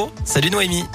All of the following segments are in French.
l'info. Salut Noémie.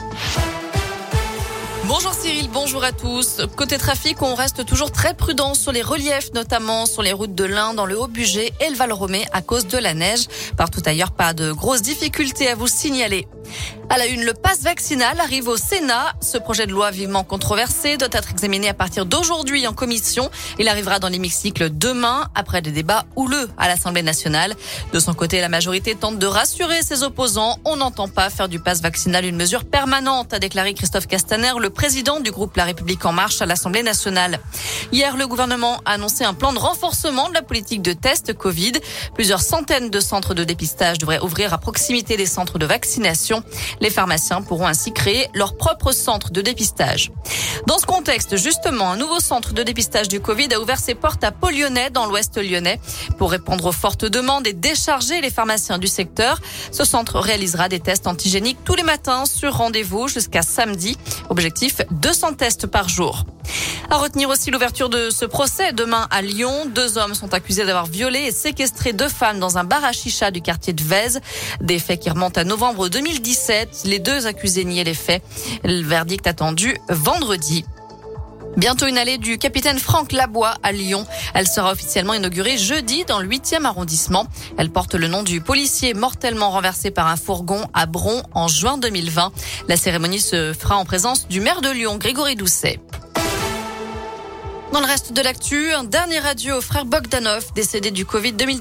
Bonjour Cyril, bonjour à tous. Côté trafic, on reste toujours très prudent sur les reliefs, notamment sur les routes de l'Ain, dans le Haut-Bugey et le Val-Romé à cause de la neige. Partout ailleurs, pas de grosses difficultés à vous signaler. À la une, le pass vaccinal arrive au Sénat. Ce projet de loi vivement controversé doit être examiné à partir d'aujourd'hui en commission. Il arrivera dans l'hémicycle demain, après des débats houleux à l'Assemblée nationale. De son côté, la majorité tente de rassurer ses opposants. On n'entend pas faire du pass vaccinal une mesure permanente, a déclaré Christophe Castaner, le président du groupe La République En Marche à l'Assemblée nationale. Hier, le gouvernement a annoncé un plan de renforcement de la politique de test Covid. Plusieurs centaines de centres de dépistage devraient ouvrir à proximité des centres de vaccination. Les pharmaciens pourront ainsi créer leur propre centre de dépistage. Dans ce contexte, justement, un nouveau centre de dépistage du Covid a ouvert ses portes à Pau-Lyonnais, dans l'ouest lyonnais. Pour répondre aux fortes demandes et décharger les pharmaciens du secteur, ce centre réalisera des tests antigéniques tous les matins sur rendez-vous jusqu'à samedi. Objectif, 200 tests par jour. À retenir aussi l'ouverture de ce procès demain à Lyon. 2 hommes sont accusés d'avoir violé et séquestré 2 femmes dans un bar à chicha du quartier de Vèze. Des faits qui remontent à novembre 2017. Les 2 accusés niaient les faits. Le verdict attendu vendredi. Bientôt une allée du capitaine Franck Labois à Lyon. Elle sera officiellement inaugurée jeudi dans le 8e arrondissement. Elle porte le nom du policier mortellement renversé par un fourgon à Bron en juin 2020. La cérémonie se fera en présence du maire de Lyon, Grégory Doucet. Dans le reste de l'actu, un dernier adieu au frère Bogdanov, décédé du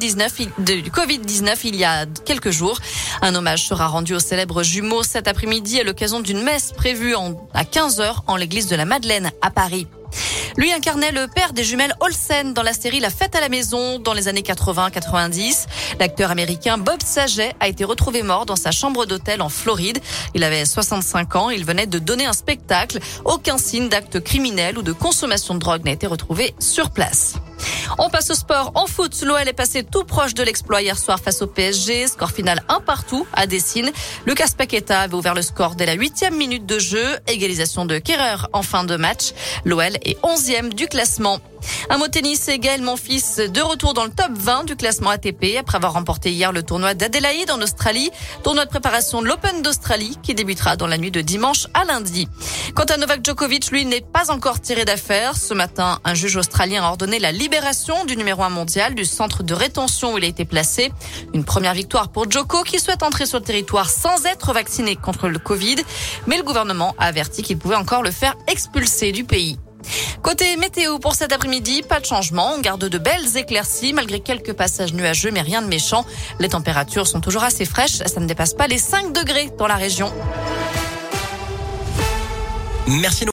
Covid-19 il y a quelques jours. Un hommage sera rendu aux célèbres jumeaux cet après-midi à l'occasion d'une messe prévue à 15h en l'église de la Madeleine à Paris. Lui incarnait le père des jumelles Olsen dans la série La Fête à la maison dans les années 80-90. L'acteur américain Bob Saget a été retrouvé mort dans sa chambre d'hôtel en Floride. Il avait 65 ans, il venait de donner un spectacle. Aucun signe d'acte criminel ou de consommation de drogue n'a été retrouvé sur place. On passe au sport. En foot, l'OL est passé tout proche de l'exploit hier soir face au PSG. Score final 1-1 à Dessine. Lucas Paqueta avait ouvert le score dès la 8e minute de jeu. Égalisation de Kerrer en fin de match. L'OL est 11e du classement. Un mot tennis, et Gaël Monfils de retour dans le top 20 du classement ATP après avoir remporté hier le tournoi d'Adélaïde en Australie. Tournoi de préparation de l'Open d'Australie qui débutera dans la nuit de dimanche à lundi. Quant à Novak Djokovic, lui n'est pas encore tiré d'affaire. Ce matin, un juge australien a ordonné la libération du numéro 1 mondial du centre de rétention où il a été placé. Une première victoire pour Djoko qui souhaite entrer sur le territoire sans être vacciné contre le Covid. Mais le gouvernement a averti qu'il pouvait encore le faire expulser du pays. Côté météo pour cet après-midi, pas de changement. On garde de belles éclaircies malgré quelques passages nuageux, mais rien de méchant. Les températures sont toujours assez fraîches. Ça ne dépasse pas les 5 degrés dans la région. Merci.